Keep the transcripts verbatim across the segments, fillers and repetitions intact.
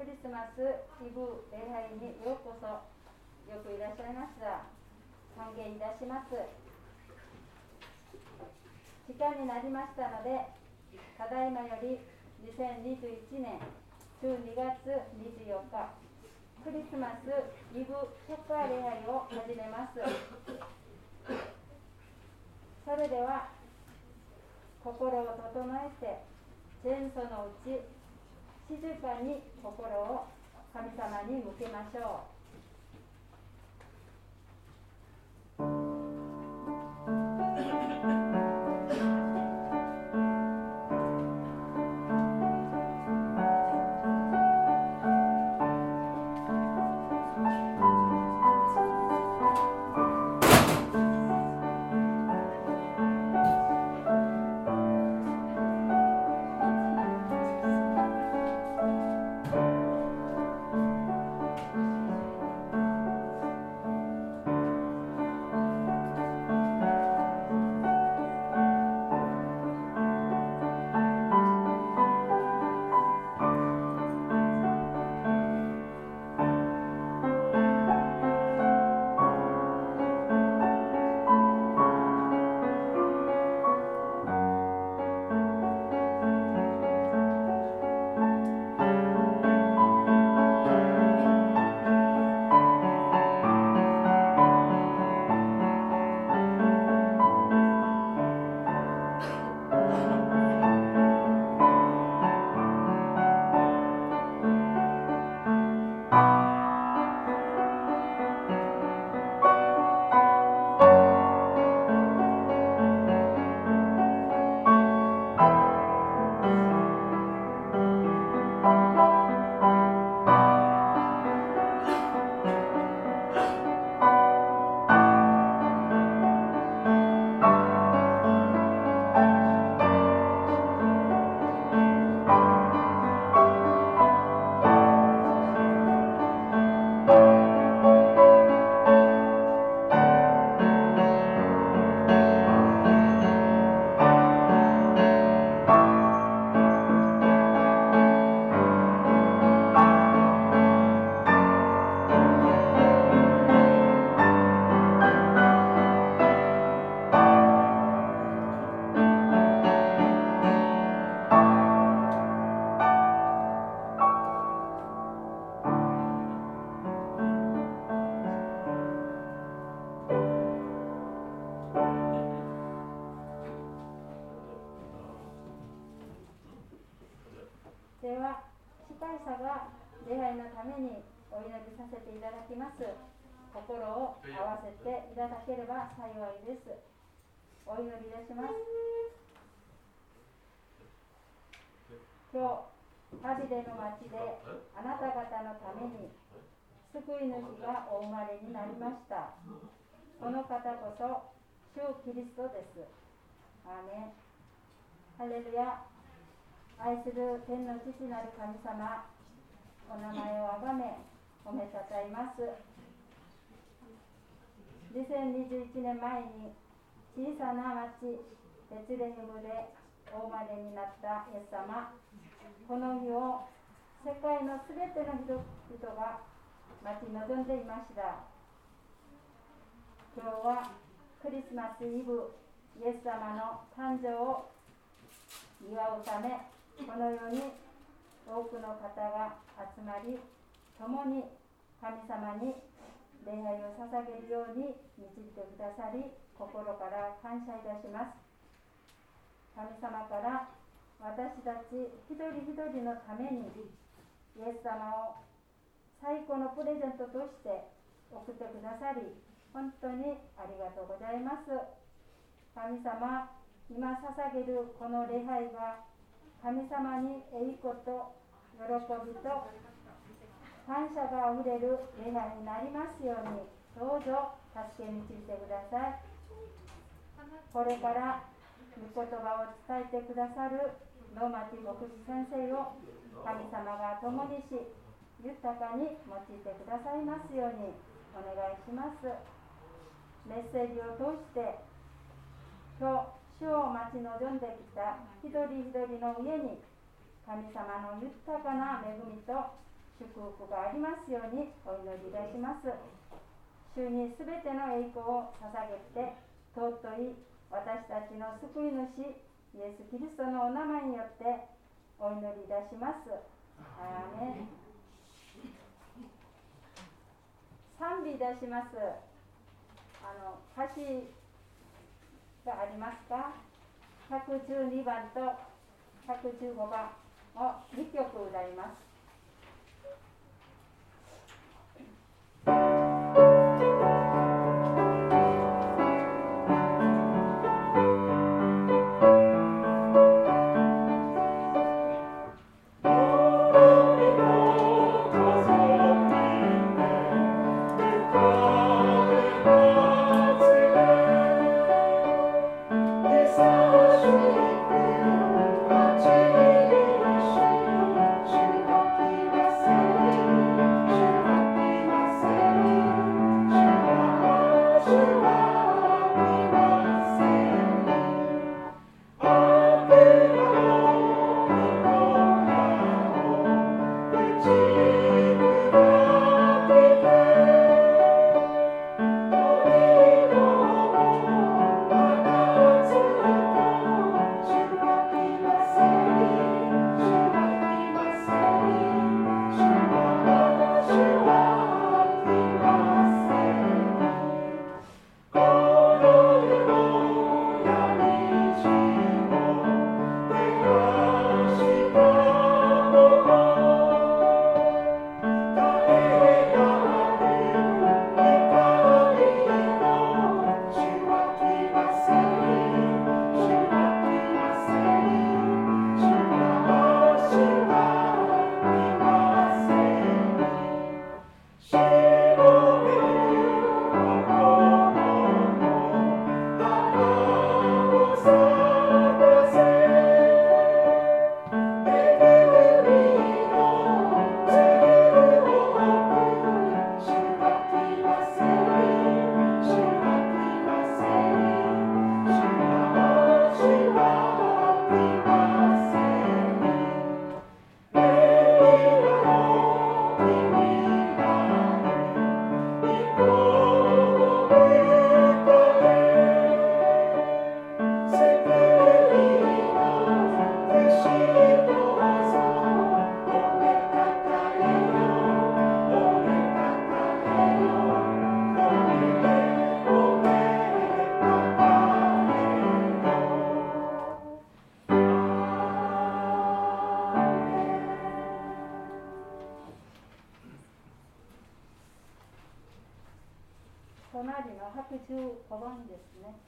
クリスマスイブ礼拝にようこそ。よくいらっしゃいました。歓迎いたします。時間になりましたので、ただいまよりにせんにじゅういちねんじゅうにがつにじゅうよっかクリスマスイブシャッカー礼拝を始めます。それでは心を整えて前奏のうち静かに心を神様に向けましょう。では、司会者が礼拝のためにお祈りさせていただきます。心を合わせていただければ幸いです。お祈りいたします。今日、ハビデの町であなた方のために救い主がお生まれになりました。この方こそ、主キリストです。アーメン。ハレルヤ。愛する天の父なる神様、お名前をあがめ褒めたたえます。にせんにじゅういちねんまえに小さな町ベツレヘムでお生まれになったイエス様、この日を世界のすべての人々が待ち望んでいました。今日はクリスマスイブ、イエス様の誕生を祝うため、このように多くの方が集まり、共に神様に礼拝を捧げるように導いてくださり、心から感謝いたします。神様から私たち一人一人のためにイエス様を最高のプレゼントとして送ってくださり、本当にありがとうございます。神様、今捧げるこの礼拝が神様に栄光と喜びと感謝があふれる礼拝になりますように、どうぞ助け導いてください。これから御言葉を伝えてくださる能町牧師先生を神様が共にし、豊かに用いてくださいますようにお願いします。メッセージを通して今日主を待ち望んできた一人一人の上に神様の豊かな恵みと祝祝福がありますようにお祈りいたします。主にすべての栄光を捧げて、尊い私たちの救い主イエス・キリストのお名前によってお祈りいたします。アーメン。賛美いたします。あの歌詞がありますか？ひゃくじゅうにばんとひゃくじゅうごばんをにきょく歌います。隣のひゃくじゅうごばんですね。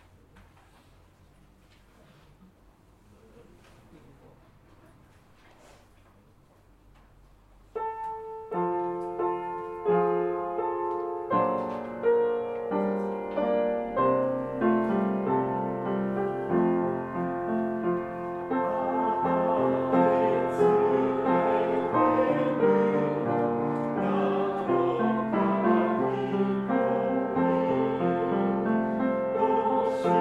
主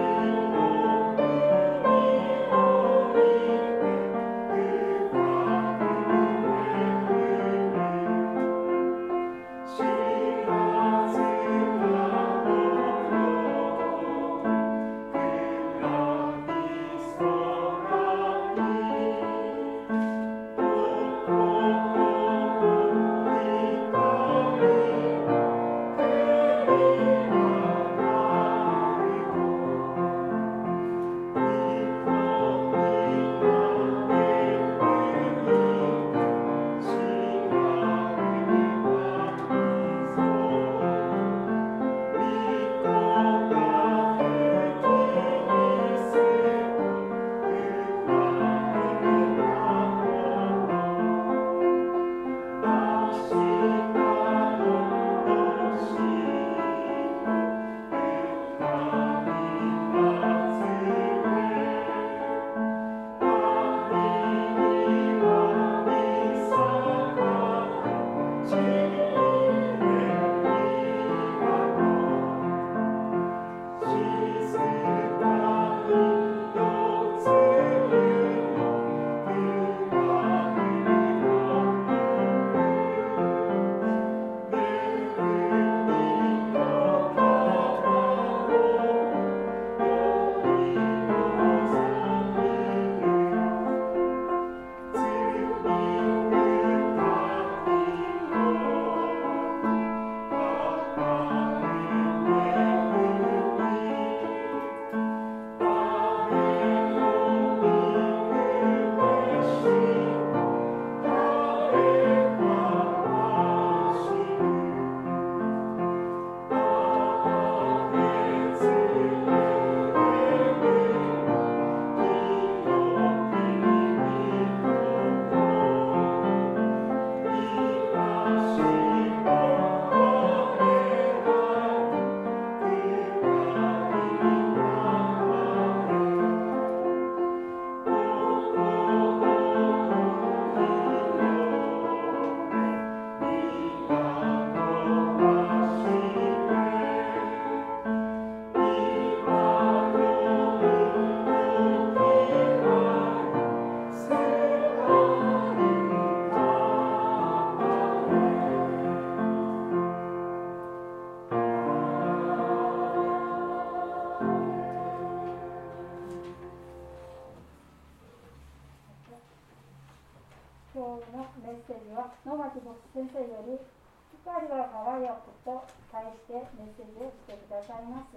野牧牧師先生より光が輝くと題してメッセージをしてくださいます。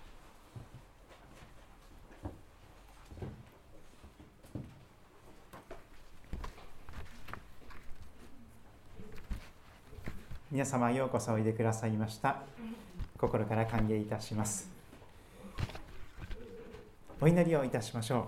皆様ようこそおいでくださいました。心から歓迎いたします。お祈りをいたしましょう。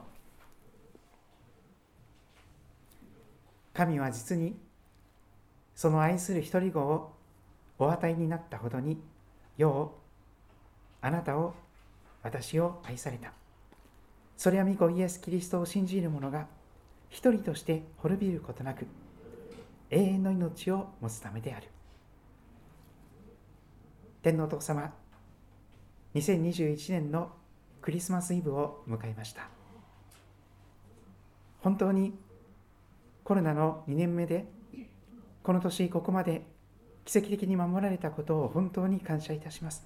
神は実にその愛する一人子をお与えになったほどに、ようあなたを私を愛された。それは御子イエス・キリストを信じる者が一人として滅びることなく永遠の命を持つためである。天皇お父様、にせんにじゅういちねんのクリスマスイブを迎えました。本当にコロナのにねんめで、この年ここまで奇跡的に守られたことを本当に感謝いたします。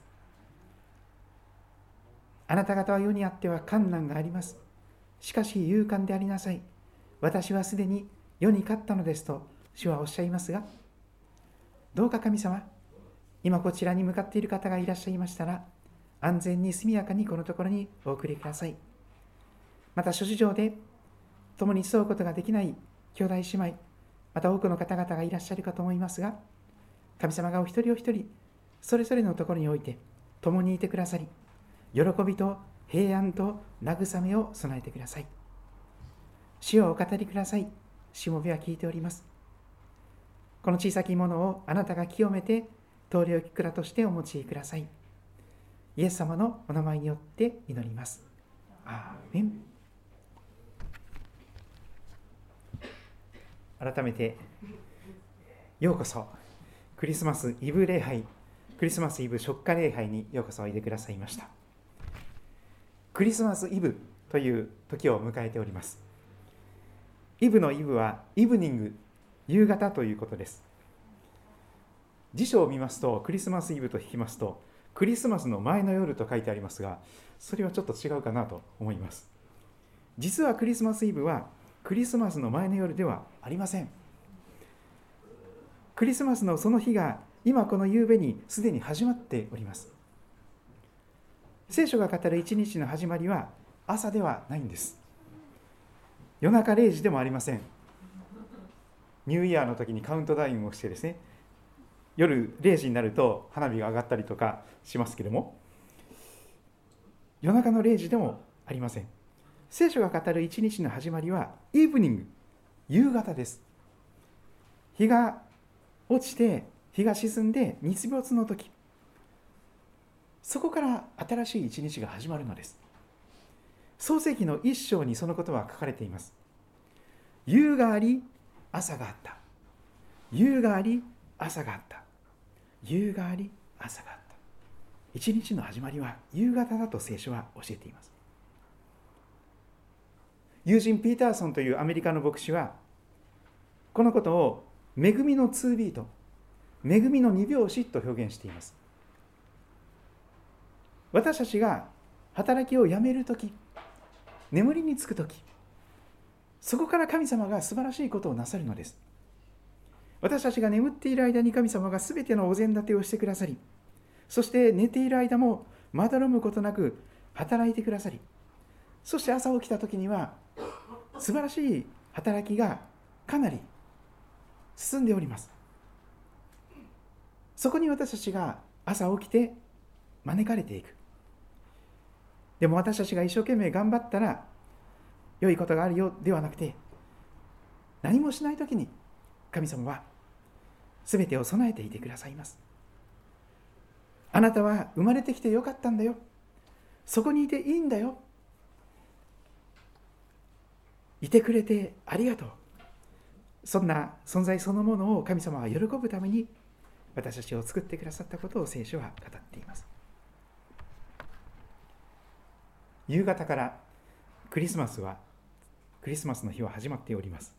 あなた方は世にあっては困難があります。しかし勇敢でありなさい。私はすでに世に勝ったのですと主はおっしゃいますが、どうか神様、今こちらに向かっている方がいらっしゃいましたら、安全に速やかにこのところにお送りください。また諸事情で共に集うことができない兄弟姉妹、また多くの方々がいらっしゃるかと思いますが、神様がお一人お一人それぞれのところにおいて共にいてくださり、喜びと平安と慰めを備えてください。主をお語りください。しもべは聞いております。この小さきものをあなたが清めて通り置き蔵としてお持ちください。イエス様のお名前によって祈ります。アーメン。改めてようこそクリスマスイブ礼拝、クリスマスイブ食家礼拝にようこそおいでくださいました。クリスマスイブという時を迎えております。イブのイブはイブニング、夕方ということです。辞書を見ますと、クリスマスイブと引きますと、クリスマスの前の夜と書いてありますが、それはちょっと違うかなと思います。実はクリスマスイブはクリスマスの前の夜ではありません。クリスマスのその日が今この夕べにすでに始まっております。聖書が語る一日の始まりは朝ではないんです。夜中れいじでもありません。ニューイヤーの時にカウントダウンをしてですね、夜れいじになると花火が上がったりとかしますけれども、夜中のれいじでもありません。聖書が語る一日の始まりはイブニング、夕方です。日が落ちて日が沈んで日没の時、そこから新しい一日が始まるのです。創世記の一章にそのことは書かれています。夕があり朝があった。夕があり朝があった。夕があり朝があった。一日の始まりは夕方だと聖書は教えています。友人ピーターソンというアメリカの牧師はこのことを恵みのにビート、恵みのに拍子と表現しています。私たちが働きをやめるとき、眠りにつくとき、そこから神様が素晴らしいことをなさるのです。私たちが眠っている間に神様がすべてのお膳立てをしてくださり、そして寝ている間もまどろむことなく働いてくださり、そして朝起きたときには素晴らしい働きがかなり進んでおります。そこに私たちが朝起きて招かれていく。でも私たちが一生懸命頑張ったら良いことがあるよではなくて、何もしないときに神様は全てを備えていてくださいます。あなたは生まれてきてよかったんだよ。そこにいていいんだよ。いてくれてありがとう。そんな存在そのものを神様は喜ぶために私たちを作ってくださったことを聖書は語っています。夕方からクリスマスはクリスマスの日は始まっております。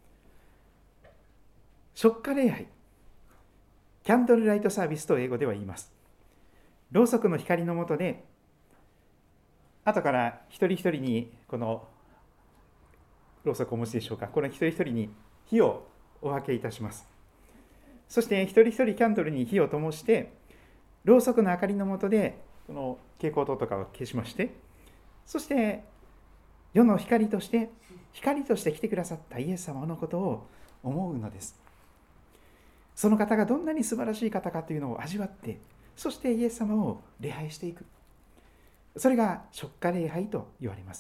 食家礼拝、キャンドルライトサービスと英語では言います。ろうそくの光の下で後から一人一人に、このろうそくをお持ちでしょうか、この一人一人に火をお分けいたします。 そして一人一人キャンドルに火を灯して、ろうそくの明かりの下でこの蛍光灯とかを消しまして、そして世の光として光として来てくださったイエス様のことを思うのです。その方がどんなに素晴らしい方かというのを味わって、そしてイエス様を礼拝していく。それが贖価礼拝と言われます。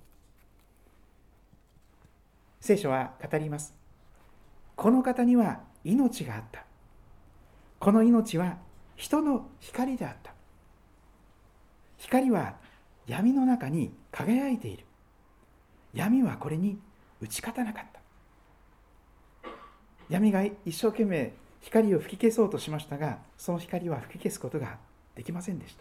聖書は語ります。この方には命があった。この命は人の光であった。光は闇の中に輝いている。闇はこれに打ち勝たなかった。闇が一生懸命光を吹き消そうとしましたが、その光は吹き消すことができませんでした。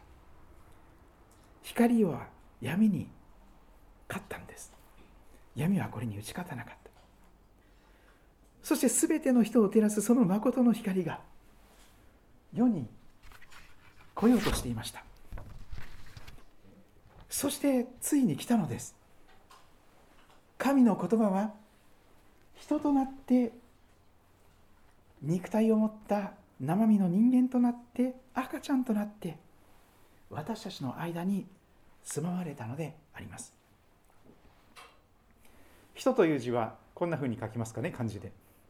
光は闇に勝ったんです。闇はこれに打ち勝たなかった。そしてすべての人を照らすその誠の光が世に来ようとしていました。そしてついに来たのです。神の言葉は人となって肉体を持った生身の人間となって赤ちゃんとなって私たちの間に住まわれたのであります。人という字はこんな風に書きますかね、漢字で。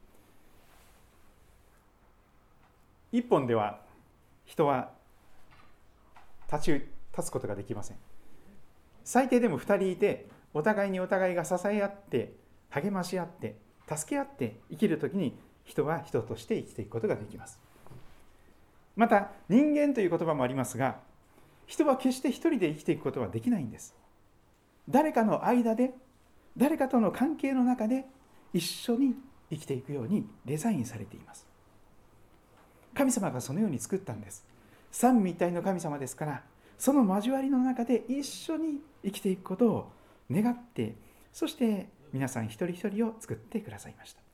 一本では人は立ち立つことができません。最低でも二人いて、お互いにお互いが支え合って励まし合って助け合って生きるときに、人は人として生きていくことができます。また人間という言葉もありますが、人は決して一人で生きていくことはできないんです。誰かの間で、誰かとの関係の中で一緒に生きていくようにデザインされています。神様がそのように作ったんです。三位一体の神様ですから、その交わりの中で一緒に生きていくことを願って、そして皆さん一人一人を作ってくださいました。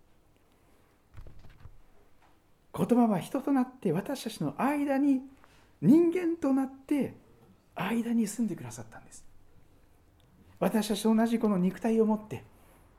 言葉は人となって私たちの間に、人間となって間に住んでくださったんです。私たちと同じこの肉体を持って、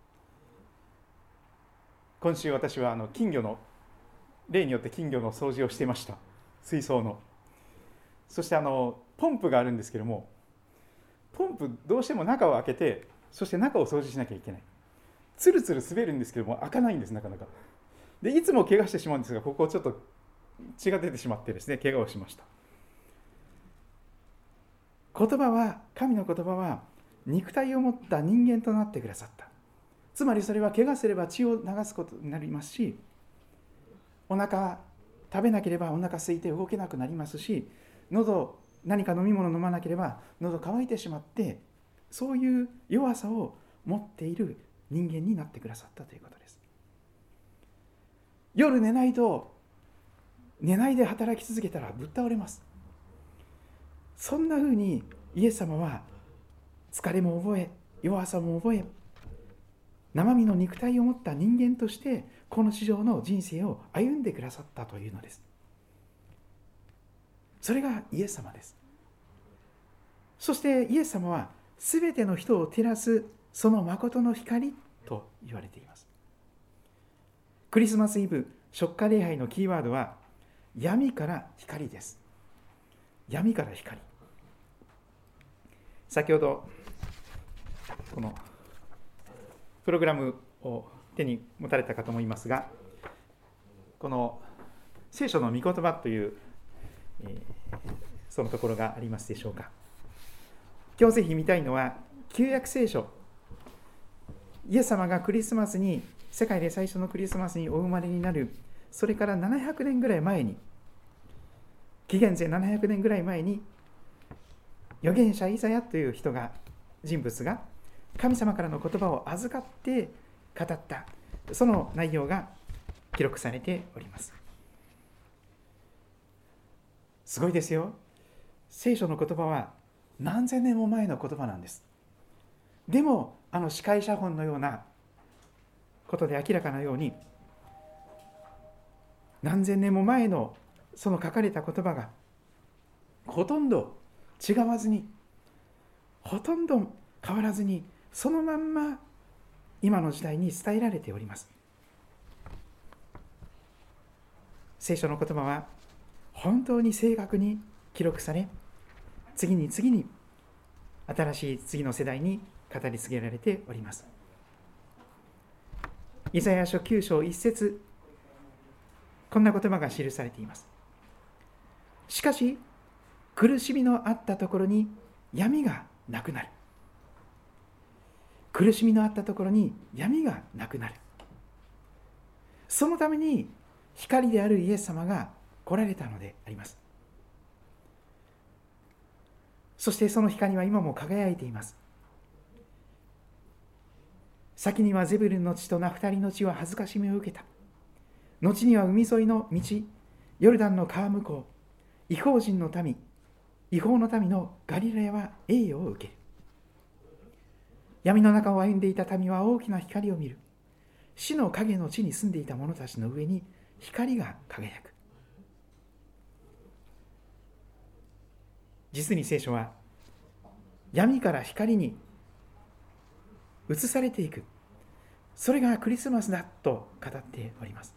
今週私はあの金魚の例によって金魚の掃除をしていました。水槽の。そしてあのポンプがあるんですけども、ポンプどうしても中を開けて、そして中を掃除しなきゃいけない。つるつる滑るんですけども開かないんです、なかなか。でいつも怪我してしまうんですが、ここちょっと血が出てしまってですね、怪我をしました。言葉は、神の言葉は肉体を持った人間となってくださった。つまりそれは怪我すれば血を流すことになりますし、お腹食べなければお腹空いて動けなくなりますし、喉何か飲み物飲まなければ喉乾いてしまって、そういう弱さを持っている人間になってくださったということです。夜寝ないと、寝ないで働き続けたらぶっ倒れます。そんなふうにイエス様は疲れも覚え、弱さも覚え、生身の肉体を持った人間としてこの地上の人生を歩んでくださったというのです。それがイエス様です。そしてイエス様はすべての人を照らすその誠の光と言われています。クリスマスイブ贖価礼拝のキーワードは闇から光です。闇から光。先ほどこのプログラムを手に持たれた方もいますが、この聖書の御言葉という、えー、そのところがありますでしょうか。今日ぜひ見たいのは旧約聖書。イエス様がクリスマスに、世界で最初のクリスマスにお生まれになる、それからななひゃくねんぐらい前に、紀元前ななひゃくねんぐらい前に、預言者イザヤという人が、人物が神様からの言葉を預かって語った、その内容が記録されております。すごいですよ。聖書の言葉は何千年も前の言葉なんです。でもあの司会写本のようなことで明らかなように、何千年も前のその書かれた言葉がほとんど違わずに、ほとんど変わらずに、そのまんま今の時代に伝えられております。 聖書の言葉は本当に正確に記録され、次に次に新しい次の世代に語り継げられております。イザヤ書きゅう章いち節、こんな言葉が記されています。しかし苦しみのあったところに闇がなくなる。苦しみのあったところに闇がなくなる。そのために光であるイエス様が来られたのであります。そしてその光は今も輝いています。先にはゼブルンの地とナフタリの地は恥ずかしみを受けた。後には海沿いの道、ヨルダンの川向こう、異邦人の民、異邦の民のガリラヤは栄誉を受ける。闇の中を歩んでいた民は大きな光を見る。死の影の地に住んでいた者たちの上に光が輝く。実に聖書は闇から光に移されていく、それがクリスマスだと語っております。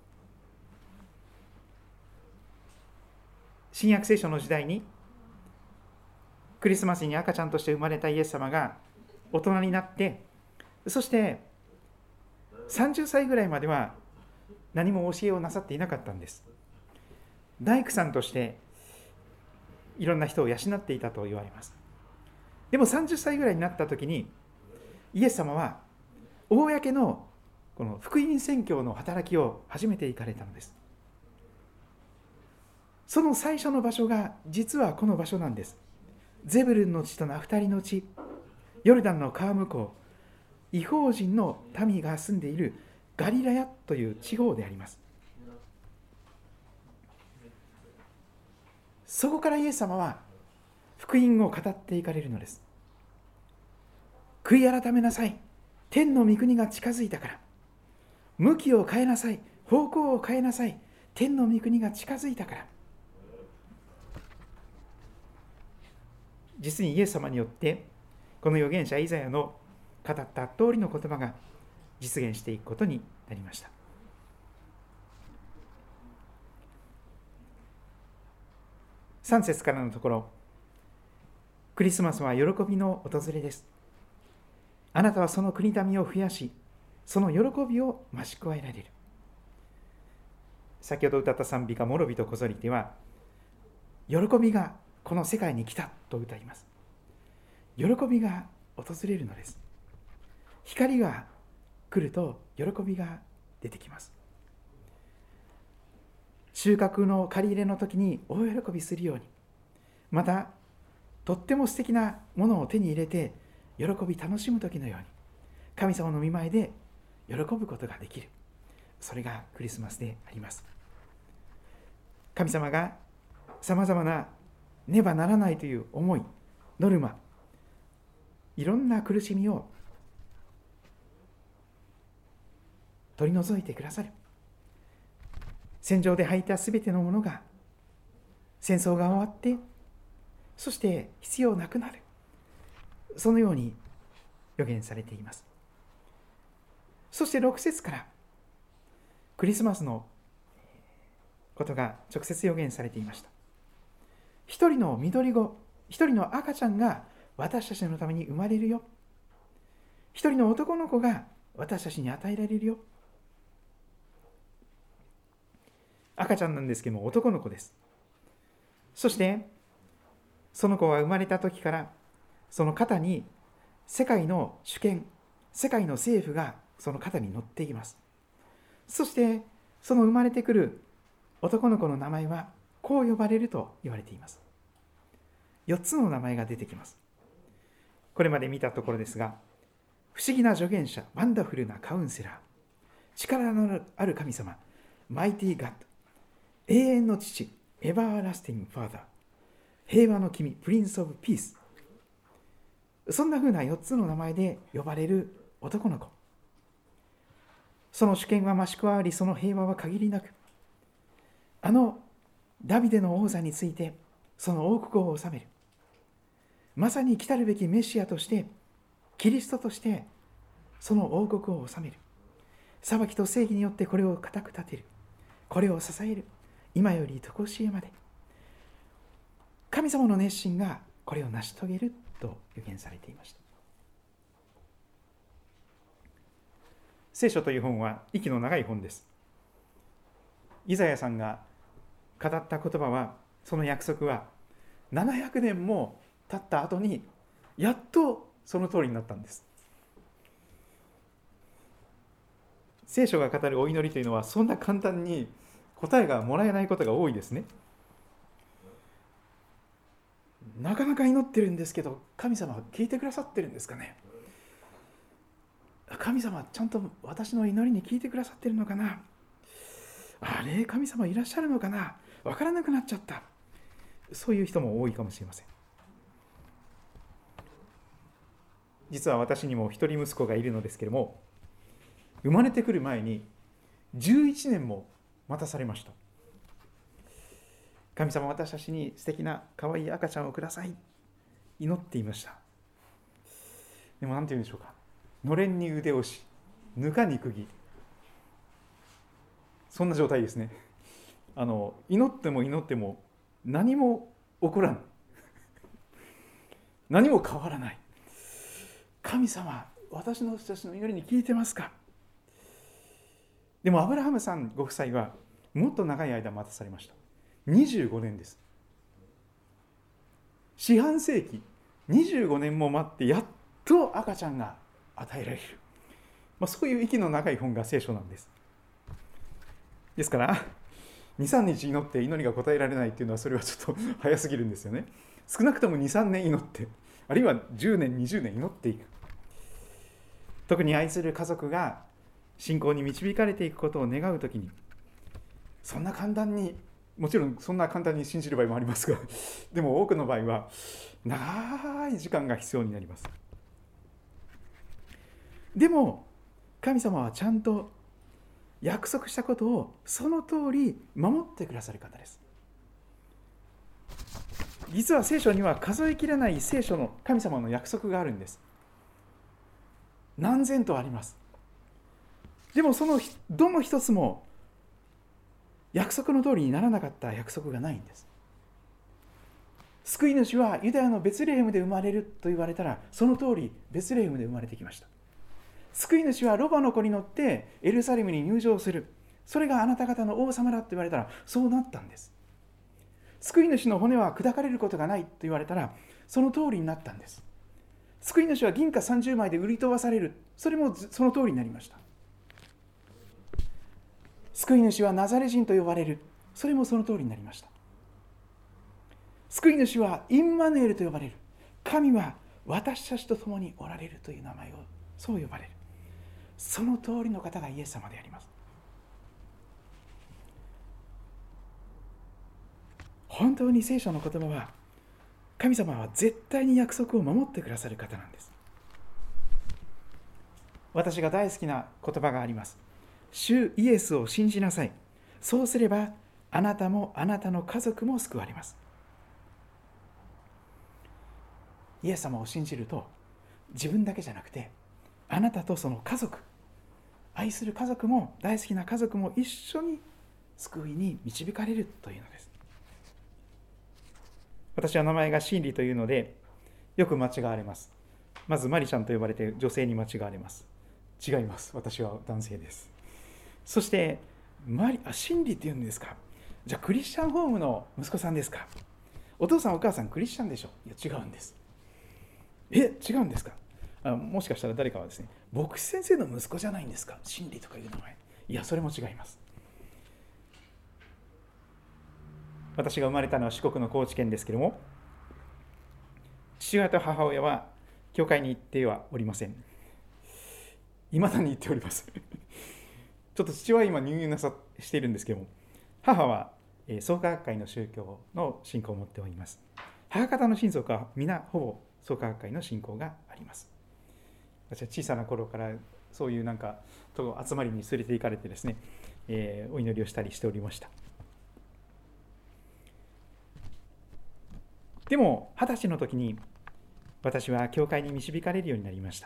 新約聖書の時代にクリスマスに赤ちゃんとして生まれたイエス様が大人になって、そしてさんじゅっさいぐらいまでは何も教えをなさっていなかったんです。大工さんとしていろんな人を養っていたと言われます。でもさんじゅっさいぐらいになった時にイエス様は公のこの福音宣教の働きを始めていかれたのです。その最初の場所が実はこの場所なんです。ゼブルンの地とナフタリの地、ヨルダンの川向こう、異邦人の民が住んでいるガリラヤという地方であります。そこからイエス様は福音を語っていかれるのです。悔い改めなさい。天の御国が近づいたから。向きを変えなさい。方向を変えなさい。天の御国が近づいたから。実にイエス様によってこの預言者イザヤの語った通りの言葉が実現していくことになりました。さん節からのところ、クリスマスは喜びの訪れです。あなたはその国民を増やし、その喜びを増し加えられる。先ほど歌った賛美歌、もろびとこぞりては、喜びがこの世界に来たと歌います。喜びが訪れるのです。光が来ると喜びが出てきます。収穫の刈り入れの時に大喜びするように、またとっても素敵なものを手に入れて喜び楽しむ時のように、神様の御前で喜ぶことができる。それがクリスマスであります。神様がさまざまなねばならないという思い、ノルマ、いろんな苦しみを取り除いてくださる。戦場で吐いたすべてのものが戦争が終わって、そして必要なくなる。そのように予言されています。そしてろく節からクリスマスのことが直接予言されていました。一人の緑子、一人の赤ちゃんが私たちのために生まれるよ。一人の男の子が私たちに与えられるよ。赤ちゃんなんですけども男の子です。そしてその子は生まれた時からその肩に世界の主権、世界の政府がその肩に乗っています。そしてその生まれてくる男の子の名前はこう呼ばれると言われています。よっつの名前が出てきます。これまで見たところですが、不思議な助言者、ワンダフルなカウンセラー、力のある神様、マイティーガッド、永遠の父、エバーラスティングファーダー、平和の君、プリンスオブピース。そんな風なよっつの名前で呼ばれる男の子。その主権は増し加わり、その平和は限りなく、あのダビデの王座についてその王国を治める。まさに来たるべきメシアとして、キリストとしてその王国を治める。裁きと正義によってこれを固く立てる。これを支える。 今より常しえまで。神様の熱心がこれを成し遂げると予言されていました。聖書という本は息の長い本です。イザヤさんが語った言葉は、その約束はななひゃくねんも経った後にやっとその通りになったんです。聖書が語るお祈りというのはそんな簡単に答えがもらえないことが多いですね。なかなか祈ってるんですけど、神様は聞いてくださってるんですかね。神様はちゃんと私の祈りに聞いてくださってるのかな。あれ、神様いらっしゃるのかな。わからなくなっちゃった。そういう人も多いかもしれません。実は私にも一人息子がいるのですけれども、生まれてくる前にじゅういちねんも待たされました。神様、私たちに素敵な可愛い赤ちゃんをください、祈っていました。でも何て言うんでしょうか、のれんに腕押し、ぬかに釘、そんな状態ですね。あの祈っても祈っても何も起こらん何も変わらない。神様、私の人たちの祈りに聞いてますか。でもアブラハムさんご夫妻はもっと長い間待たされました。にじゅうごねんです。四半世紀にじゅうごねんも待ってやっと赤ちゃんが与えられる、まあ、そういう息の長い本が聖書なんです。ですからにさんにち祈って祈りが答えられないっていうのは、それはちょっと早すぎるんですよね。少なくともにさんねん祈って、あるいはじゅうねんにじゅうねん祈っていく。特に愛する家族が信仰に導かれていくことを願うときに、そんな簡単に、もちろんそんな簡単に信じる場合もありますが、でも多くの場合は長い時間が必要になります。でも神様はちゃんと約束したことをその通り守ってくださる方です。実は聖書には数えきれない聖書の神様の約束があるんです。何千とあります。でもそのどの一つも約束の通りにならなかった約束がないんです。救い主はユダヤのベツレヘムで生まれると言われたら、その通りベツレヘムで生まれてきました。救い主はロバの子に乗ってエルサレムに入場する、それがあなた方の王様だと言われたらそうなったんです。救い主の骨は砕かれることがないと言われたらその通りになったんです。救い主は銀貨さんじゅうまいで売り飛ばされる、それもその通りになりました。救い主はナザレ人と呼ばれる、それもその通りになりました。救い主はインマヌエルと呼ばれる、神は私たちと共におられるという名前をそう呼ばれる、その通りの方がイエス様であります。本当に聖書の言葉は、神様は絶対に約束を守ってくださる方なんです。私が大好きな言葉があります。主イエスを信じなさい。そうすればあなたもあなたの家族も救われます。イエス様を信じると、自分だけじゃなくてあなたとその家族、愛する家族も大好きな家族も一緒に救いに導かれるというのです。私は名前が真理というのでよく間違われます。まずマリちゃんと呼ばれて女性に間違われます。違います。私は男性です。そしてマリあ真理っていうんですか。じゃあクリスチャンホームの息子さんですか。お父さんお母さんクリスチャンでしょ。いや違うんです。え違うんですか。あもしかしたら誰かはですね、牧師先生の息子じゃないんですか、真理とかいう名前。いやそれも違います。私が生まれたのは四国の高知県ですけれども、父親と母親は教会に行ってはおりません。いまだに行っておりますちょっと父親は今入院なさしているんですけれども、母は創価学会の宗教の信仰を持っております。母方の親族は皆ほぼ創価学会の信仰があります。私は小さな頃からそういうなんかと集まりに連れて行かれてですね、えー、お祈りをしたりしておりました。でも二十歳の時に私は教会に導かれるようになりました。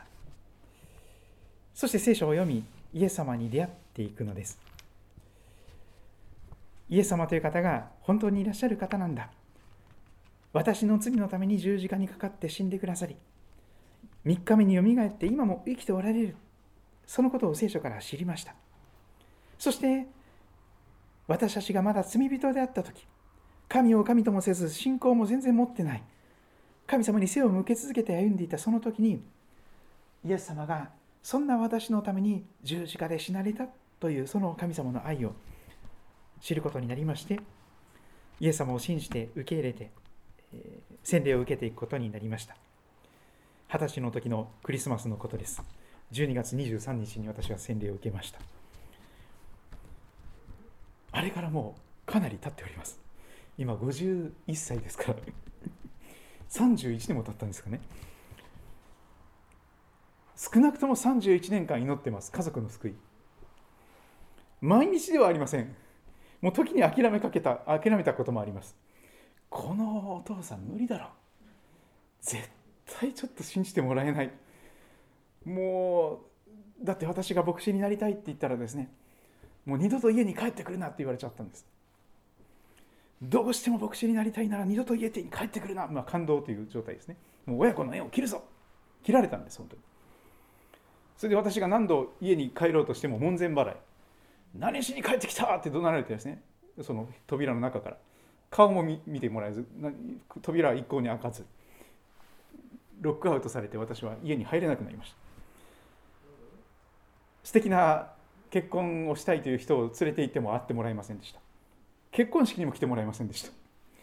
そして聖書を読み、イエス様に出会っていくのです。 イエス様という方が本当にいらっしゃる方なんだ、私の罪のために十字架にかかって死んでくださり、みっかめによみがえって今も生きておられる、そのことを聖書から知りました。そして私たちがまだ罪人であったとき、神を神ともせず信仰も全然持ってない、神様に背を向け続けて歩んでいたその時に、イエス様がそんな私のために十字架で死なれたというその神様の愛を知ることになりまして、イエス様を信じて受け入れて、えー、洗礼を受けていくことになりました。はたちの時のクリスマスのことです。じゅうにがつにじゅうさんにちに私は洗礼を受けました。あれからもうかなり経っております。今ごじゅういっさいですからさんじゅういちねんも経ったんですかね。少なくともさんじゅういちねんかん祈ってます。家族の救い。毎日ではありません。もう時に諦めかけた諦めたこともあります。このお父さん無理だろ、絶対ちょっと信じてもらえない、もうだって私が牧師になりたいって言ったらですね、もう二度と家に帰ってくるなって言われちゃったんです。どうしても牧師になりたいなら二度と家に帰ってくるな、まあ、感動という状態ですね。もう親子の縁を切るぞ、切られたんです本当に。それで私が何度家に帰ろうとしても門前払い、何しに帰ってきたって怒鳴られてですね、その扉の中から顔も 見, 見てもらえず、扉は一向に開かず、ロックアウトされて私は家に入れなくなりました。素敵な結婚をしたいという人を連れて行っても会ってもらえませんでした。結婚式にも来てもらえませんでした。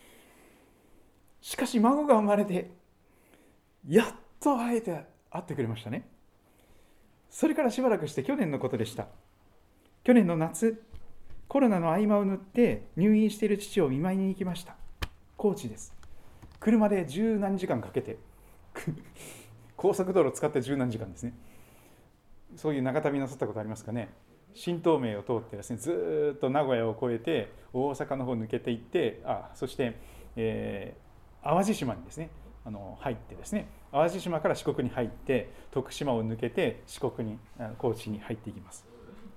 しかし孫が生まれてやっと会えて会ってくれましたね。それからしばらくして去年のことでした。去年の夏、コロナの合間を縫って入院している父を見舞いに行きました。高知です。車で十何時間かけて高速道路を使って十何時間ですね。そういう長旅なさったことありますかね。新東名を通ってですね、ずっと名古屋を越えて大阪の方抜けていって、あそして、えー、淡路島にですねあの入ってですね、淡路島から四国に入って徳島を抜けて四国に高知に入っていきます。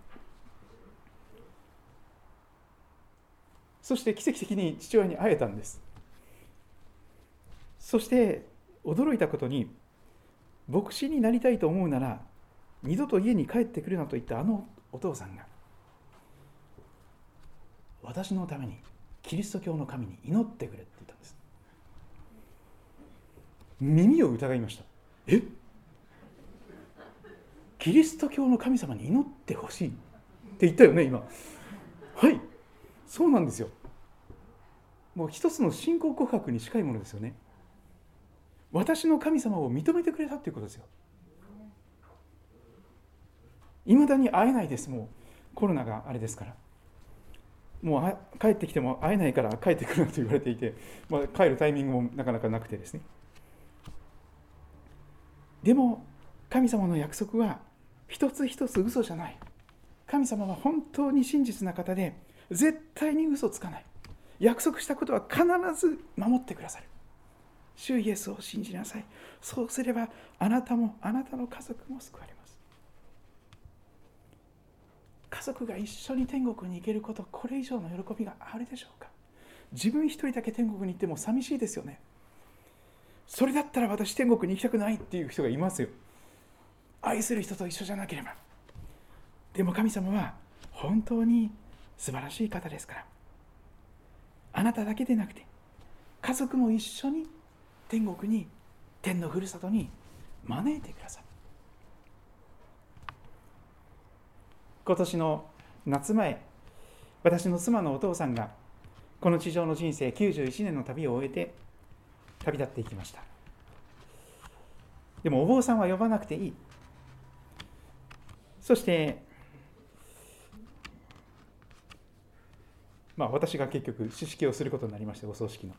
そして奇跡的に父親に会えたんです。そして驚いたことに、牧師になりたいと思うなら二度と家に帰ってくるなと言ったあのお父さんが、私のためにキリスト教の神に祈ってくれって言ったんです。耳を疑いました。え、キリスト教の神様に祈ってほしいって言ったよね今。はい、そうなんですよ。もう一つの信仰告白に近いものですよね。私の神様を認めてくれたっていうことですよ。いまだに会えないです。もうコロナがあれですから、もう帰ってきても会えないから帰ってくるなと言われていて、まあ、帰るタイミングもなかなかなくてですね。でも神様の約束は一つ一つ嘘じゃない。神様は本当に真実な方で、絶対に嘘つかない。約束したことは必ず守ってくださる。主イエスを信じなさい。そうすればあなたもあなたの家族も救われます。家族が一緒に天国に行けること、これ以上の喜びがあるでしょうか。自分一人だけ天国に行っても寂しいですよね。それだったら私天国に行きたくないっていう人がいますよ。愛する人と一緒じゃなければ。でも神様は本当に素晴らしい方ですから、あなただけでなくて家族も一緒に天国に、天のふるさとに招いてください。今年の夏前、私の妻のお父さんがこの地上の人生きゅうじゅういちねんの旅を終えて旅立っていきました。でもお坊さんは呼ばなくていい。そしてまあ私が結局詩式をすることになりまして、お葬式の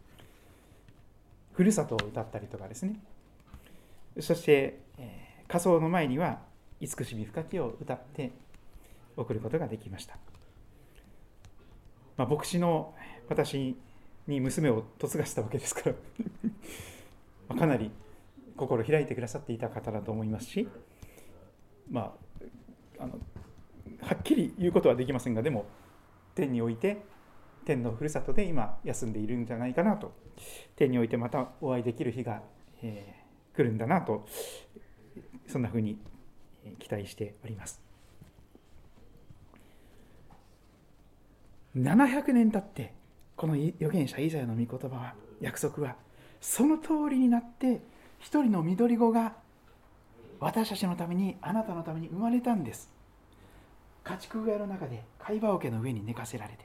ふるさとを歌ったりとかですね、そして、えー、火葬の前には慈しみ深きを歌って送ることができました。まあ、牧師の私に娘を嫁がしたわけですからまあかなり心開いてくださっていた方だと思いますし、まあ、あのはっきり言うことはできませんが、でも天において天のふるさとで今休んでいるんじゃないかなと、天においてまたお会いできる日が、えー、来るんだなと、そんなふうに期待しております。ななひゃくねん経ってこの預言者イザヤの御言葉は、約束はその通りになって、一人の緑子が私たちのために、あなたのために生まれたんです。家畜小屋の中で貝羽桶の上に寝かせられて、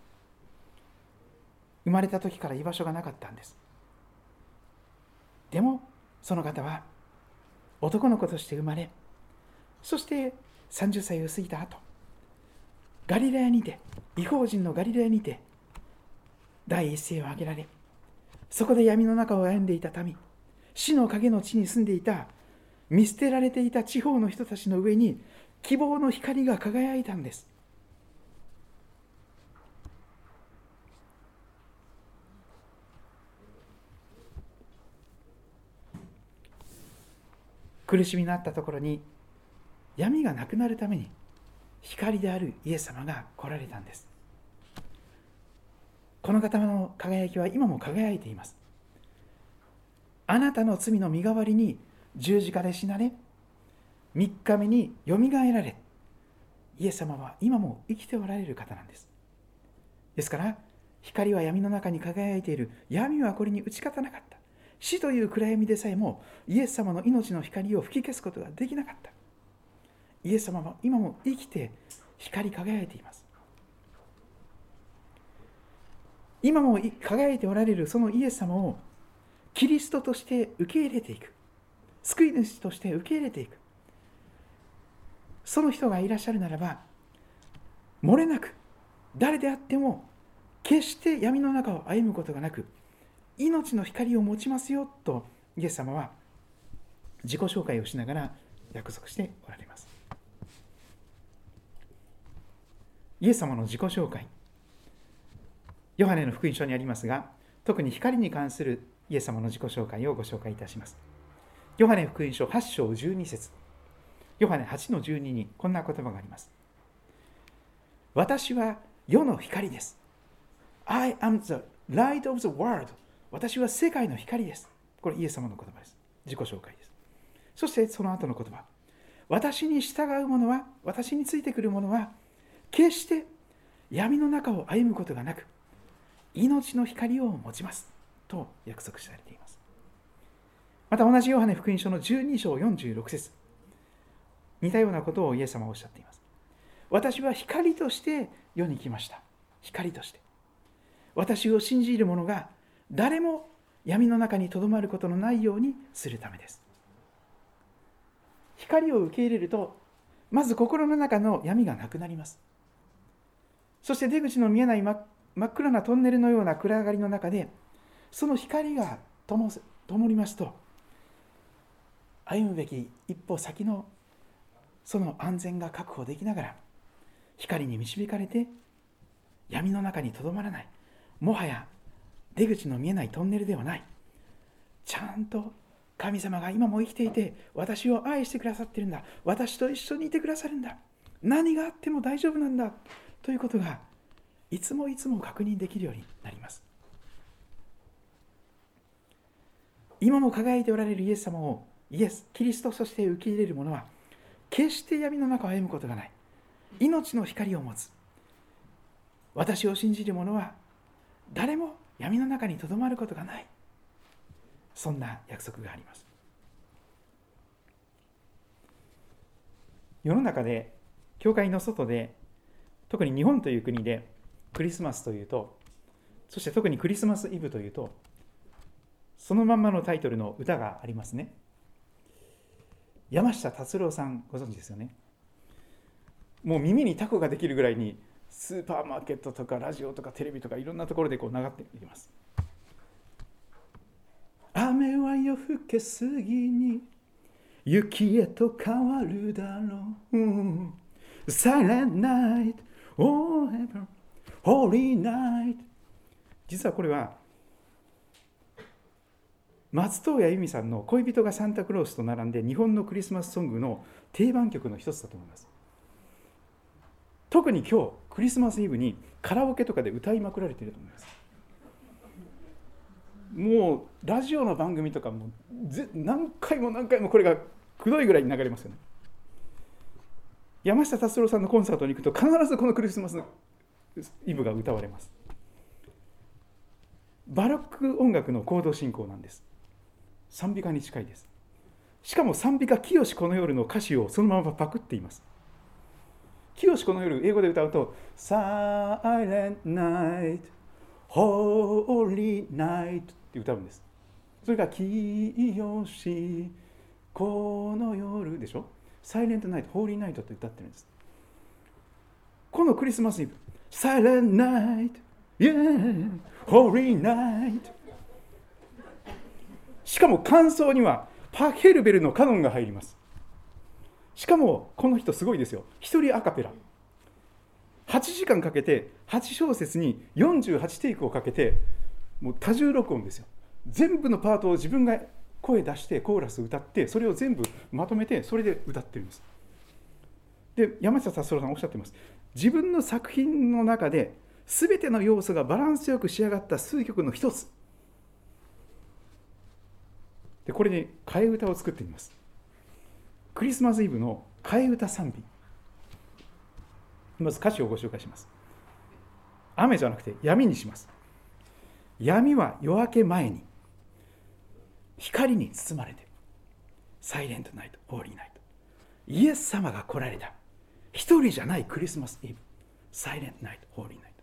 生まれた時から居場所がなかったんです。でもその方は男の子として生まれ、そしてさんじゅっさいを過ぎた後、ガリラヤにて、異邦人のガリラヤにて第一声を挙げられ、そこで闇の中を歩んでいた民、死の影の地に住んでいた、見捨てられていた地方の人たちの上に希望の光が輝いたんです。苦しみのあったところに闇がなくなるために、光であるイエス様が来られたんです。この方の輝きは今も輝いています。あなたの罪の身代わりに十字架で死なれ、みっかめによみがえられ、イエス様は今も生きておられる方なんです。ですから、光は闇の中に輝いている。闇はこれに打ち勝たなかった。死という暗闇でさえもイエス様の命の光を吹き消すことができなかった。イエス様は今も生きて光り輝いています。今も輝いておられるそのイエス様をキリストとして受け入れていく、救い主として受け入れていく、その人がいらっしゃるならば、漏れなく誰であっても決して闇の中を歩むことがなく、命の光を持ちますよとイエス様は自己紹介をしながら約束しておられます。イエス様の自己紹介、ヨハネの福音書にありますが、特に光に関するイエス様の自己紹介をご紹介いたします。ヨハネ福音書はち章じゅうに節、ヨハネはちのじゅうににこんな言葉があります。私は世の光です。I am the light of the world。 私は世界の光です。これイエス様の言葉です。自己紹介です。そしてその後の言葉、私に従う者は、私についてくる者は決して闇の中を歩むことがなく、命の光を持ちますと約束されています。また同じヨハネ福音書のじゅうに章よんじゅうろく節、似たようなことをイエス様はおっしゃっています。私は光として世に来ました。光として。私を信じる者が誰も闇の中にとどまることのないようにするためです。光を受け入れると、まず心の中の闇がなくなります。そして出口の見えない真っ暗なトンネルのような暗がりの中で、その光が灯りますと、歩むべき一歩先のその安全が確保できながら、光に導かれて闇の中にとどまらない、もはや出口の見えないトンネルではない、ちゃんと神様が今も生きていて私を愛してくださっているんだ、私と一緒にいてくださるんだ、何があっても大丈夫なんだということがいつもいつも確認できるようになります。今も輝いておられるイエス様を、イエス、キリストとして受け入れる者は決して闇の中を歩むことがない。命の光を持つ。私を信じる者は誰も闇の中にとどまることがない。そんな約束があります。世の中で、教会の外で、特に日本という国でクリスマスというと、そして特にクリスマスイブというと、そのまんまのタイトルの歌がありますね。山下達郎さん、ご存知ですよね。もう耳にタコができるぐらいにスーパーマーケットとかラジオとかテレビとかいろんなところでこう流っていきます。雨は夜更けすぎに雪へと変わるだろう、うん、Silent night, oh heaven, holy night。 実はこれは松任谷由実さんの恋人がサンタクロースと並んで日本のクリスマスソングの定番曲の一つだと思います。 特に今日クリスマスイブにカラオケとかで歌いまくられていると思います。もうラジオの番組とかもぜ何回も何回もこれがくどいぐらいに流れますよね。山下達郎さんのコンサートに行くと必ずこのクリスマスイブが歌われます。バロック音楽のコード進行なんです。賛美歌に近いです。しかも賛美歌清この夜の歌詞をそのままパクっています。清この夜、英語で歌うと Silent Night Holy Night って歌うんです。それが清この夜でしょ。Silent Night Holy Night って歌ってるんです。このクリスマスイブ Silent Night Yeah Holy Night、 しかも間奏にはパヘルベルのカノンが入ります。しかもこの人すごいですよ。一人アカペラはちじかんかけてはち小節によんじゅうはちテイクをかけて、もう多重録音ですよ。全部のパートを自分が声出してコーラス歌って、それを全部まとめてそれで歌ってるんです。で、山下達郎さんおっしゃっています。自分の作品の中で全ての要素がバランスよく仕上がった数曲の一つで、これに替え歌を作ってみます。クリスマスイブの替え歌賛美。まず歌詞をご紹介します。雨じゃなくて闇にします。闇は夜明け前に光に包まれて、サイレントナイト、ホーリーナイト、イエス様が来られた一人じゃないクリスマスイブ、サイレントナイト、ホーリーナイ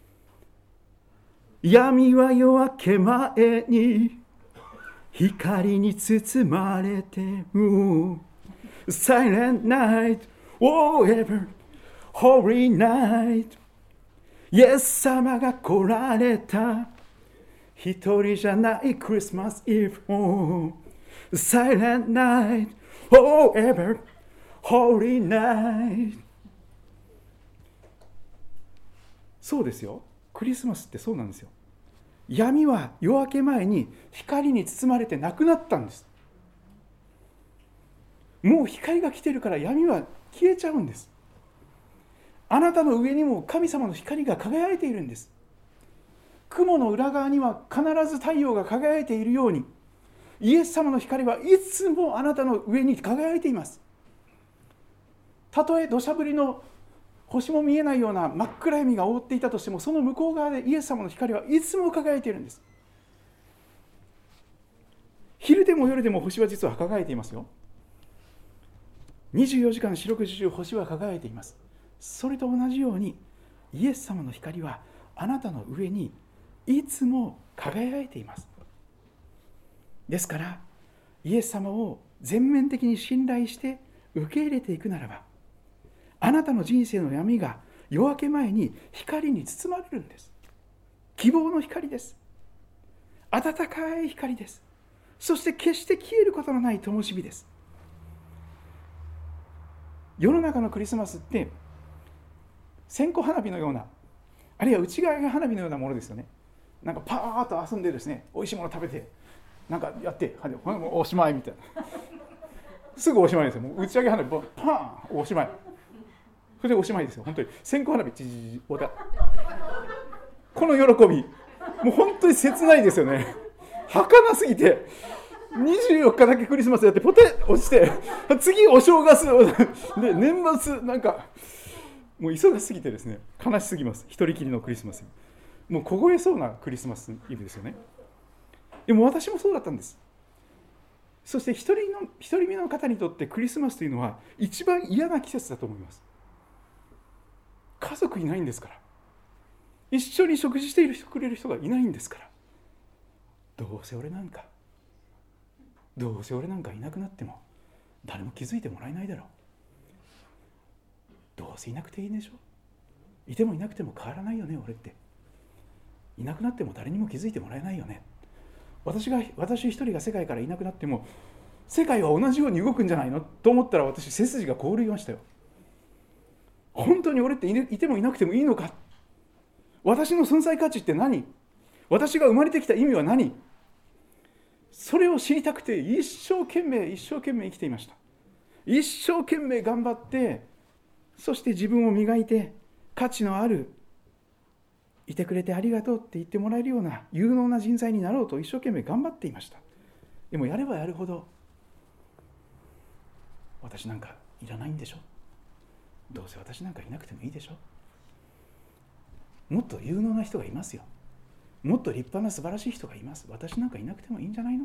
ト。闇は夜明け前に光に包まれて、Silent night, forever, holy night。 イエス様が来られた一人じゃないクリスマスイブ、Silent night, forever, holy night。 そうですよ。クリスマスってそうなんですよ。闇は夜明け前に光に包まれてなくなったんです。もう光が来てるから闇は消えちゃうんです。あなたの上にも神様の光が輝いているんです。雲の裏側には必ず太陽が輝いているように、イエス様の光はいつもあなたの上に輝いています。たとえ土砂降りの星も見えないような真っ暗闇が覆っていたとしても、その向こう側でイエス様の光はいつも輝いているんです。昼でも夜でも星は実は輝いていますよ。にじゅうよじかん四六時中星は輝いています。それと同じようにイエス様の光はあなたの上にいつも輝いています。ですからイエス様を全面的に信頼して受け入れていくならば、あなたの人生の闇が夜明け前に光に包まれるんです。希望の光です。温かい光です。そして決して消えることのない灯火です。世の中のクリスマスって線香花火のような、あるいは内側が花火のようなものですよね。なんかパーッと遊んでですね、おいしいもの食べてなんかやっておしまいみたいなすぐおしまいですよ。もう打ち上げ花火パーンおしまい、それでおしまいですよ。本当に線香花火チジジジおだこの喜びもう本当に切ないですよね。儚すぎてにじゅうよっかだけクリスマスやってポテッ落ちて、次お正月で年末なんかもう忙しすぎてですね、悲しすぎます。一人きりのクリスマス、もう凍えそうなクリスマスイブですよね。でも私もそうだったんです。そして一人の一人目の方にとってクリスマスというのは一番嫌な季節だと思います。家族いないんですから、一緒に食事しているくれる人がいないんですから、どうせ俺なんかどうせ俺なんかいなくなっても誰も気づいてもらえないだろう、どうせいなくていいでしょ、いてもいなくても変わらないよね俺って、いなくなっても誰にも気づいてもらえないよね、私が私一人が世界からいなくなっても世界は同じように動くんじゃないのと思ったら、私背筋が凍りましたよ。本当に俺っていてもいなくてもいいのか、私の存在価値って何、私が生まれてきた意味は何、それを知りたくて一生懸命一生懸命生きていました。一生懸命頑張って、そして自分を磨いて価値のある、いてくれてありがとうって言ってもらえるような有能な人材になろうと一生懸命頑張っていました。でもやればやるほど、私なんかいらないんでしょ、どうせ私なんかいなくてもいいでしょ、もっと有能な人がいますよ、もっと立派な素晴らしい人がいます、私なんかいなくてもいいんじゃないの。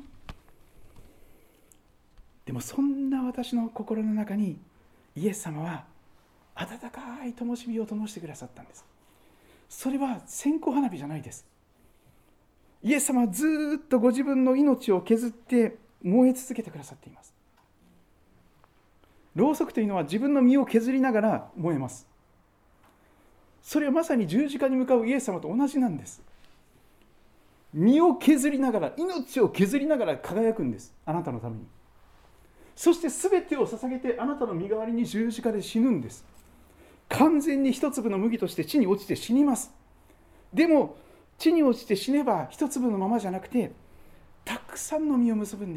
でもそんな私の心の中にイエス様は温かい灯火を灯してくださったんです。それは線香花火じゃないです。イエス様はずっとご自分の命を削って燃え続けてくださっています。ろうそくというのは自分の身を削りながら燃えます。それはまさに十字架に向かうイエス様と同じなんです。身を削りながら、命を削りながら輝くんです、あなたのために。そして全てを捧げてあなたの身代わりに十字架で死ぬんです。完全に一粒の麦として地に落ちて死にます。でも地に落ちて死ねば一粒のままじゃなくて、たくさんの実を結ぶんです。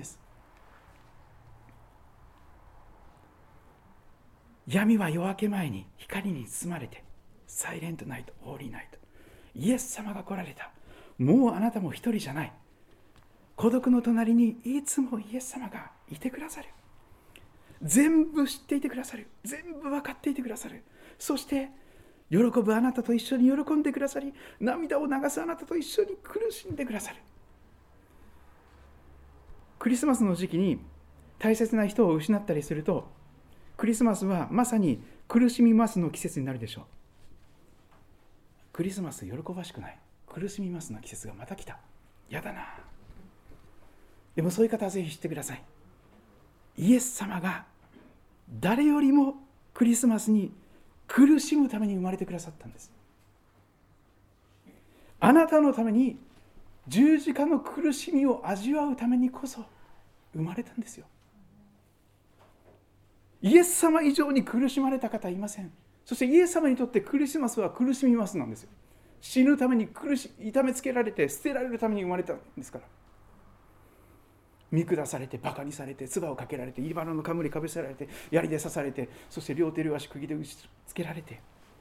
闇は夜明け前に光に包まれて、サイレントナイト、ホーリーナイト、イエス様が来られた。もうあなたも一人じゃない。孤独の隣にいつもイエス様がいてくださる。全部知っていてくださる。全部分かっていてくださる。そして喜ぶあなたと一緒に喜んでくださり、涙を流すあなたと一緒に苦しんでくださる。クリスマスの時期に大切な人を失ったりすると、クリスマスはまさに苦しみますの季節になるでしょう。クリスマス喜ばしくない、苦しみますの季節がまた来た、やだな。でもそういう方はぜひ知ってください。イエス様が誰よりもクリスマスに苦しむために生まれてくださったんです。あなたのために十字架の苦しみを味わうためにこそ生まれたんですよ。イエス様以上に苦しまれた方はいません。そしてイエス様にとってクリスマスは苦しみますなんですよ。死ぬために苦し痛めつけられて捨てられるために生まれたんですから。見下されて、バカにされて、唾をかけられて、イバラの冠かぶせられて、槍で刺されて、そして両手両足釘で打ちつけられて、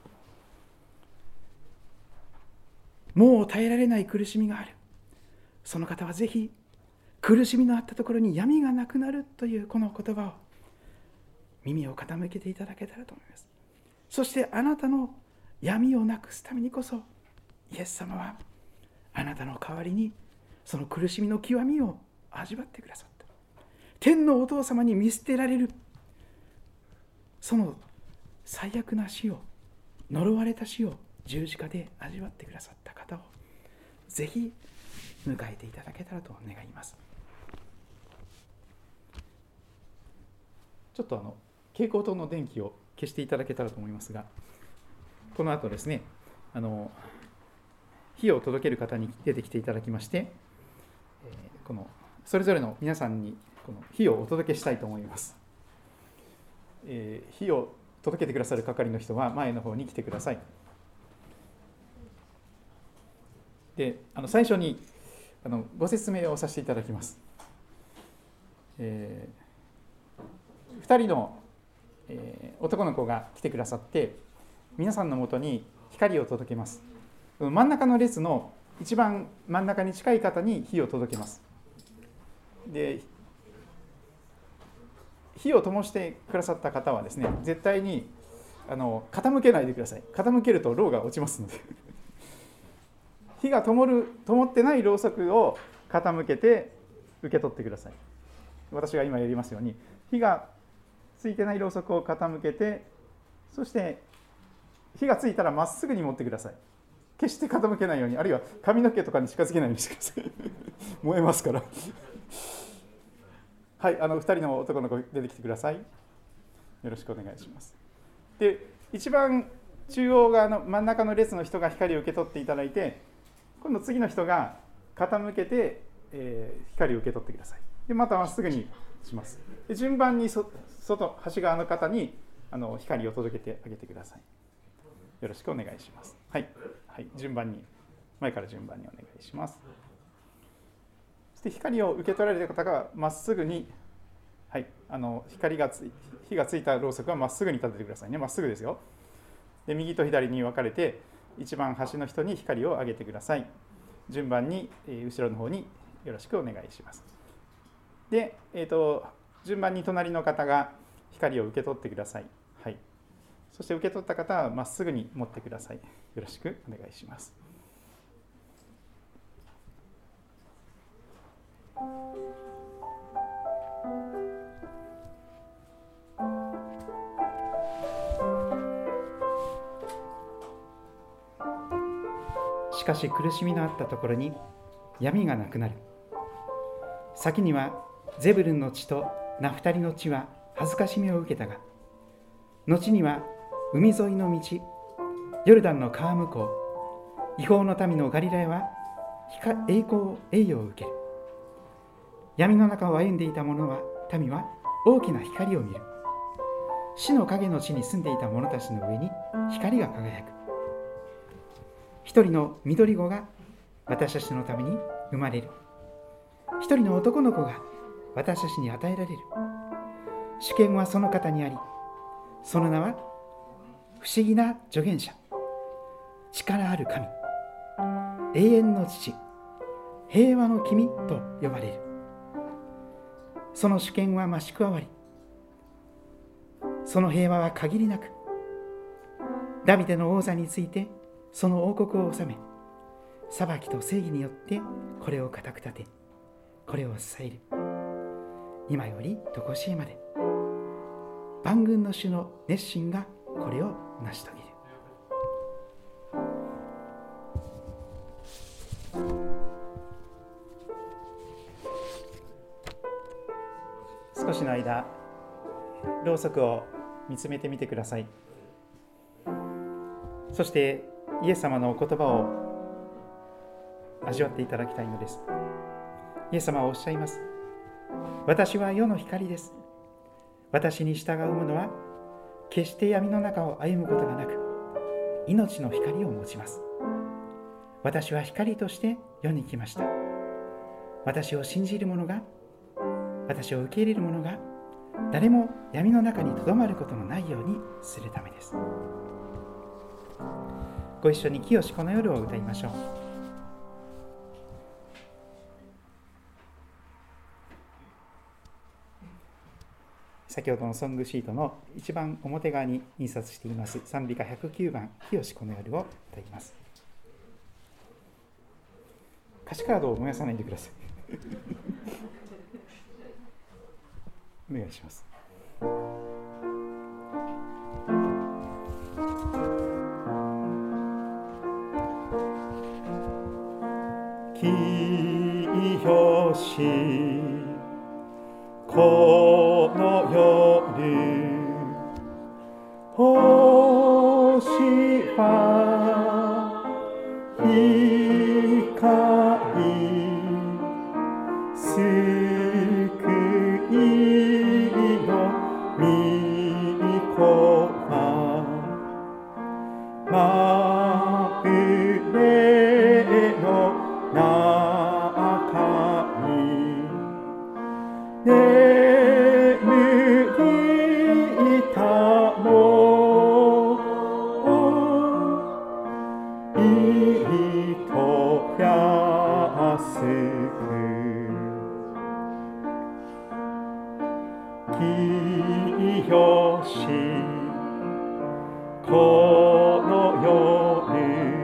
もう耐えられない苦しみがある。その方はぜひ苦しみのあったところに闇がなくなるというこの言葉を耳を傾けていただけたらと思います。そしてあなたの闇をなくすためにこそ、イエス様はあなたの代わりにその苦しみの極みを味わってくださった。天のお父様に見捨てられるその最悪な死を、呪われた死を十字架で味わってくださった方をぜひ迎えていただけたらと願います。ちょっとあの蛍光灯の電気を消していただけたらと思いますが、この後ですね、あの火を届ける方に出てきていただきまして、このそれぞれの皆さんにこの火をお届けしたいと思います。えー、火を届けてくださる係の人は前の方に来てください。で、あの最初にあのご説明をさせていただきます。えー、ふたりの、えー、男の子が来てくださって、皆さんのもとに光を届けます。真ん中の列の一番真ん中に近い方に火を届けます。で、火を灯してくださった方はですね、絶対にあの傾けないでください。傾けるとろうが落ちますので火が灯る灯ってないろうそくを傾けて受け取ってください。私が今やりますように、火がついてないろうそくを傾けて、そして火がついたらまっすぐに持ってください。決して傾けないように、あるいは髪の毛とかに近づけないようにしてください燃えますからはい、あのふたりの男の子出てきてください。よろしくお願いします。で、一番中央側の真ん中の列の人が光を受け取っていただいて、今度次の人が傾けて、えー、光を受け取ってください。で、またまっすぐにします。で、順番にそ外端側の方にあの光を届けてあげてください。よろしくお願いします。はい、はい、順番に、前から順番にお願いします。そして光を受け取られた方がまっすぐに、はい、あの光がつい火がついたろうそくはまっすぐに立ててくださいね。まっすぐですよ。 で右と左に分かれて一番端の人に光をあげてください。順番に、えー、後ろの方によろしくお願いします。で、えーと、順番に隣の方が光を受け取ってください。はい。そして受け取った方はまっすぐに持ってください。よろしくお願いします。しかし苦しみのあったところに闇がなくなる。先にはゼブルンの地とナフタリの地は恥ずかしみを受けたが、後には海沿いの道、ヨルダンの川向こう、違法の民のガリラヤは栄光を栄誉を受ける。闇の中を歩んでいた者は民は大きな光を見る。死の影の地に住んでいた者たちの上に光が輝く。一人の緑子が私たちのために生まれる。一人の男の子が私たちに与えられる。主権はその方にあり、その名は不思議な助言者、力ある神、永遠の父、平和の君と呼ばれる。その主権は増し加わり、その平和は限りなく、ダビデの王座についてその王国を治め、裁きと正義によってこれを固く立て、これを支える。今よりとこしえまで、万軍の主の熱心がこれを成し遂げる。少しの間、ろうそくを見つめてみてください。そしてイエス様のお言葉を味わっていただきたいのです。イエス様はおっしゃいます。私は世の光です。私に従う者は決して闇の中を歩むことがなく、命の光を持ちます。私は光として世に来ました。私を信じる者が、私を受け入れる者が、誰も闇の中にとどまることのないようにするためです。ご一緒に清しこの夜を歌いましょう。先ほどのソングシートの一番表側に印刷しています賛美歌ひゃくきゅうばん清しこの夜を歌います。歌詞カードを燃やさないでくださいお願いします。清しこの夜、星は光、救いの御子はまぶれの中に眠りたもいとやすく、清しこの夜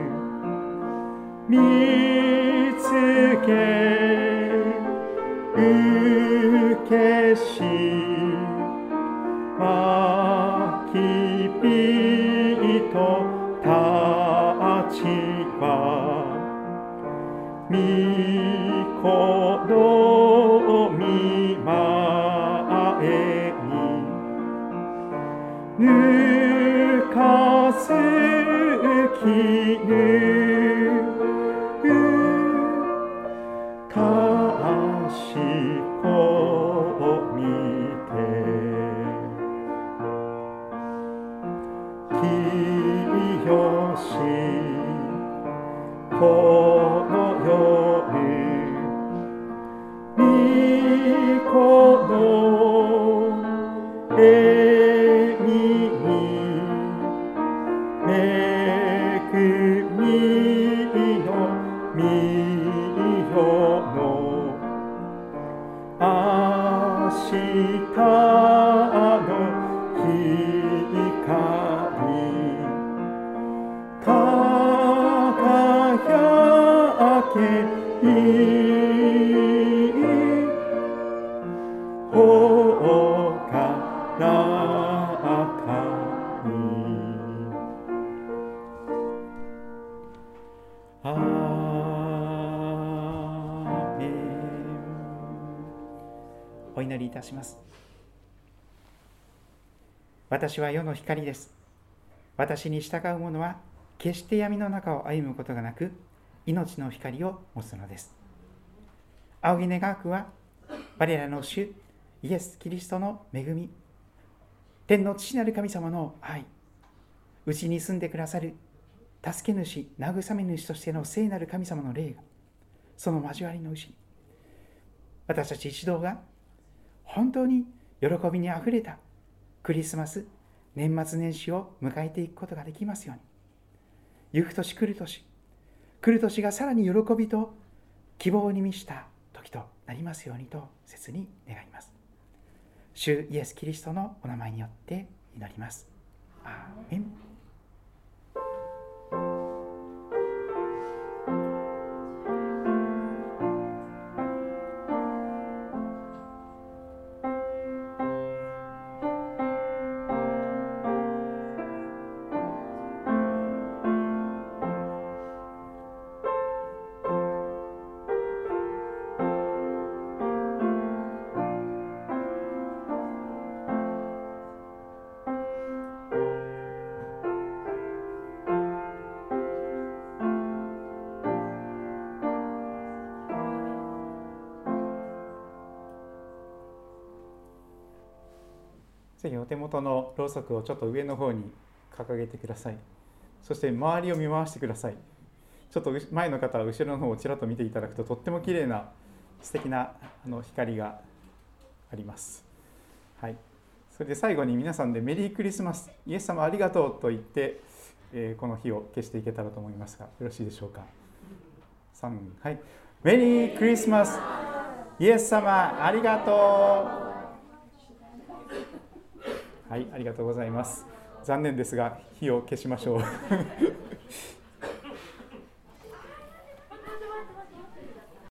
見つけ受けしまき人たちは御子の御前にぬかす絹かしこみて、清しこの夜御子の笑みに目御世の明日の輝けいほからかにアーメン。お祈りいたします。私は世の光です。私に従う者は決して闇の中を歩むことがなく、命の光を持つのです。仰ぎ願くは、我らの主イエス・キリストの恵み、天の父なる神様の愛、うちに住んでくださる助け主、慰め主としての聖なる神様の霊が、その交わりのうちに、私たち一同が本当に喜びにあふれたクリスマス、年末年始を迎えていくことができますように、行く年来る年、来る年がさらに喜びと希望に満ちた時となりますようにと切に願います。主イエス・キリストのお名前によって祈ります。アーメン。ぜひお手元のろうそくをちょっと上の方に掲げてください。そして周りを見回してください。ちょっと前の方は後ろの方をちらっと見ていただくと、とっても綺麗な素敵なあの光があります。はい。それで最後に皆さんでメリークリスマス、イエス様ありがとうと言って、えー、この日を消していけたらと思いますが、よろしいでしょうか。さん、はい。メリークリスマス、イエス様ありがとう。はい、ありがとうございます。残念ですが火を消しましょう